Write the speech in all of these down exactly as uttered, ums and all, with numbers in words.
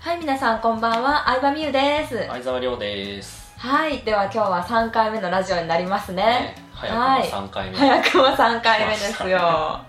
はい、皆さんこんばんは、相葉美優です。 相沢亮です。 はい、では今日はさんかいめのラジオになりますね。ね、 早くもさんかいめ、 はい、早くもさんかいめですよ。はい、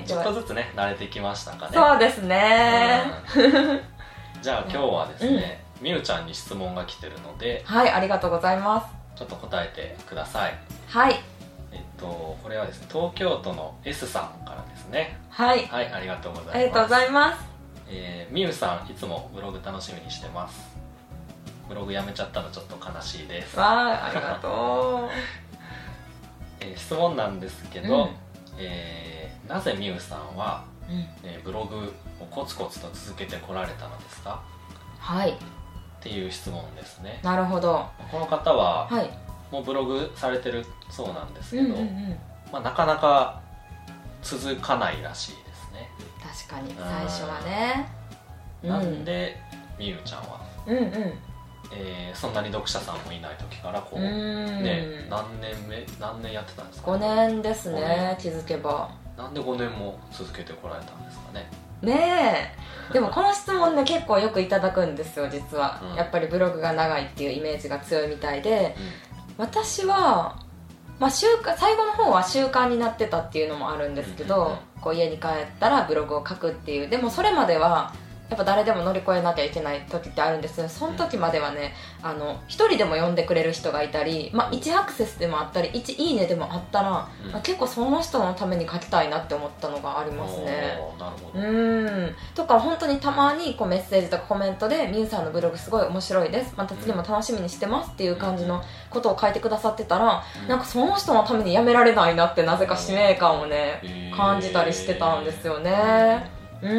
ちょっとずつね慣れてきましたかね。 そうですね、 うん、じゃあ今日はですね、うん、みゆちゃんに質問が来てるので、 はい、ありがとうございます。 ちょっと答えてください。 はい。 えっとこれはですね、東京都の S さんからですね。 はい、 はい、ありがとうございます。 ありがとうございます。 えー、みゆさんいつもブログ楽しみにしてます。ブログやめちゃったのちょっと悲しいです。 わあ、ありがとう。 えー、質問なんですけど、うん、えー、なぜみゆさんは、うん、えー、ブログをコツコツと続けてこられたのですか？ はい、 っていう質問ですね。 なるほど。 この方は、 はい、 もうブログされてるそうなんですけど、 うんうんうん、 まあ、なかなか続かないらしいですね。 確かに最初はね。 なんでみゆちゃんは、 うんうん、 えー、そんなに読者さんもいない時からこう、ね、何年目何年やってたんですかね。 ごねんですね、気づけば。 なんでごねんも続けてこられたんですかね。 ねえ、でもこの質問ね結構よくいただくんですよ実は、うん、やっぱりブログが長いっていうイメージが強いみたいで、うん、私は、まあ、習慣最後の方は習慣になってたっていうのもあるんですけど、うんうんうん、こう家に帰ったらブログを書くっていう。でもそれまではやっぱ誰でも乗り越えなきゃいけない時ってあるんですけど、その時まではね、あの一人でも読んでくれる人がいたり、まあ、いちアクセスでもあったりいちいいねでもあったら、うん、まあ、結構その人のために書きたいなって思ったのがありますね。 なるほど。 うんとか本当にたまにこうメッセージとかコメントで「みゆさんのブログすごい面白いです、また次も楽しみにしてます」っていう感じのことを書いてくださってたら、うん、なんかその人のためにやめられないなってなぜか使命感をね、えー、感じたりしてたんですよね。うん、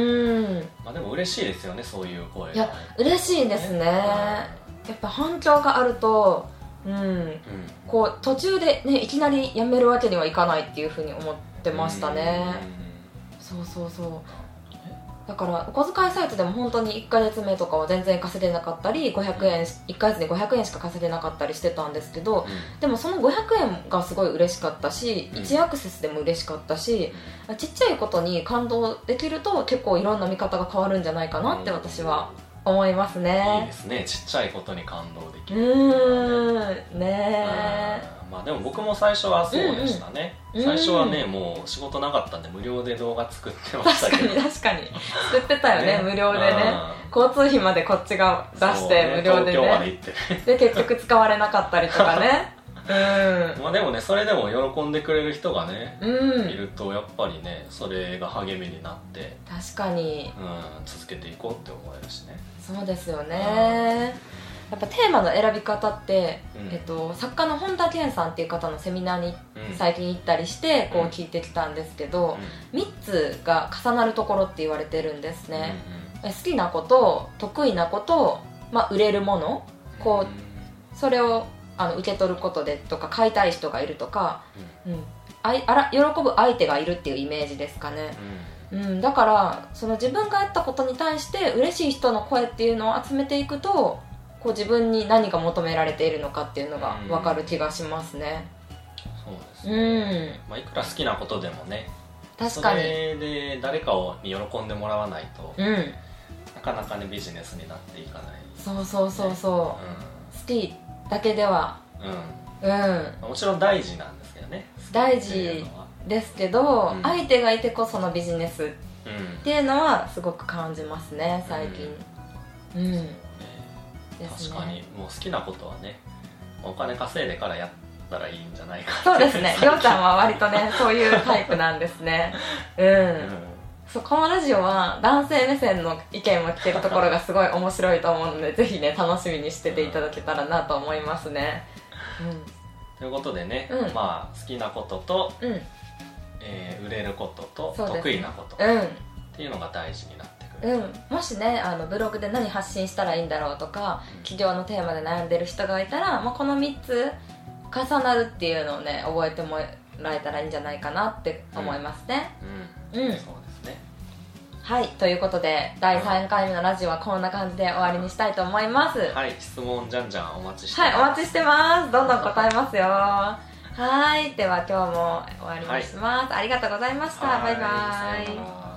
まあ、でも嬉しいですよね、そういう声が。 いや嬉しいですね、うん、やっぱ反響があると、うんうん、こう途中で、ね、いきなりやめるわけにはいかないっていうふうに思ってましたね。そうそうそう。だからお小遣いサイトでも本当にいっかげつめとかは全然稼げなかったり、ごひゃくえん、いっかげつにごひゃくえんしか稼げなかったりしてたんですけど、うん、でもそのごひゃくえんがすごい嬉しかったし、うん、いちアクセスでも嬉しかったし、うん、ちっちゃいことに感動できると結構いろんな見方が変わるんじゃないかなって私は思いますね。 いいですね、ちっちゃいことに感動できる。 うーん、ねえ。 まあでも僕も最初はそうでしたね、うんうん、最初はねもう仕事なかったんで無料で動画作ってましたけど。 確かに確かに作ってたよね、ね、無料でね、交通費までこっちが出して無料でね、東京まで行ってねで結局使われなかったりとかねうん、まあでもねそれでも喜んでくれる人がね、 うん、 いるとやっぱりねそれが励みになって、 確かに、 うん、続けていこうって思えるしね。 そうですよね、やっぱテーマの選び方って、うん、えっと、作家の本田健さんっていう方のセミナーに最近行ったりしてこう聞いてきたんですけど、うん、みっつが重なるところって言われてるんですね、うんうん、好きなこと得意なこと、まあ、売れるものこうそれをあの受け取ることでとか買いたい人がいるとか、うんうん、あいあら喜ぶ相手がいるっていうイメージですかね、うんうん、だからその自分がやったことに対して嬉しい人の声っていうのを集めていくとこう自分に何が求められているのかっていうのが分かる気がしますね、 うん、そうですね、うん、まあ、いくら好きなことでもね確かにそれで誰かに喜んでもらわないと、 うん、 なかなかねビジネスになっていかない、ね、 そうそうそうそう、うん、好きだけでは、 うんうん、もちろん大事なんですけどね、 大事ですけど、うん、相手がいてこそのビジネスっていうのはすごく感じますね最近、うん、うん確かにもう好きなことはねお金稼いでからやったらいいんじゃないかそうですね、りょうちゃんは割とねそういうタイプなんですねうん、うん、そうこのラジオは男性目線の意見も聞けるところがすごい面白いと思うのでぜひね楽しみにしてていただけたらなと思いますね、うん、 ということでね、うん、まあ好きなことと、うん、えー、売れることと、ね、得意なこと、うん、っていうのが大事になってうん、もしねあのブログで何発信したらいいんだろうとか、うん、起業のテーマで悩んでる人がいたら、まあ、このみっつ重なるっていうのをね覚えてもらえたらいいんじゃないかなって思いますね、 うん、うんうん、そうですね。 はい、ということでだいさんかいめのラジオはこんな感じで終わりにしたいと思います。 はい、質問じゃんじゃんお待ちしてます。 はい、お待ちしてます。どんどん答えますよはい、では今日も終わりにします、はい、ありがとうございました。バイバイ。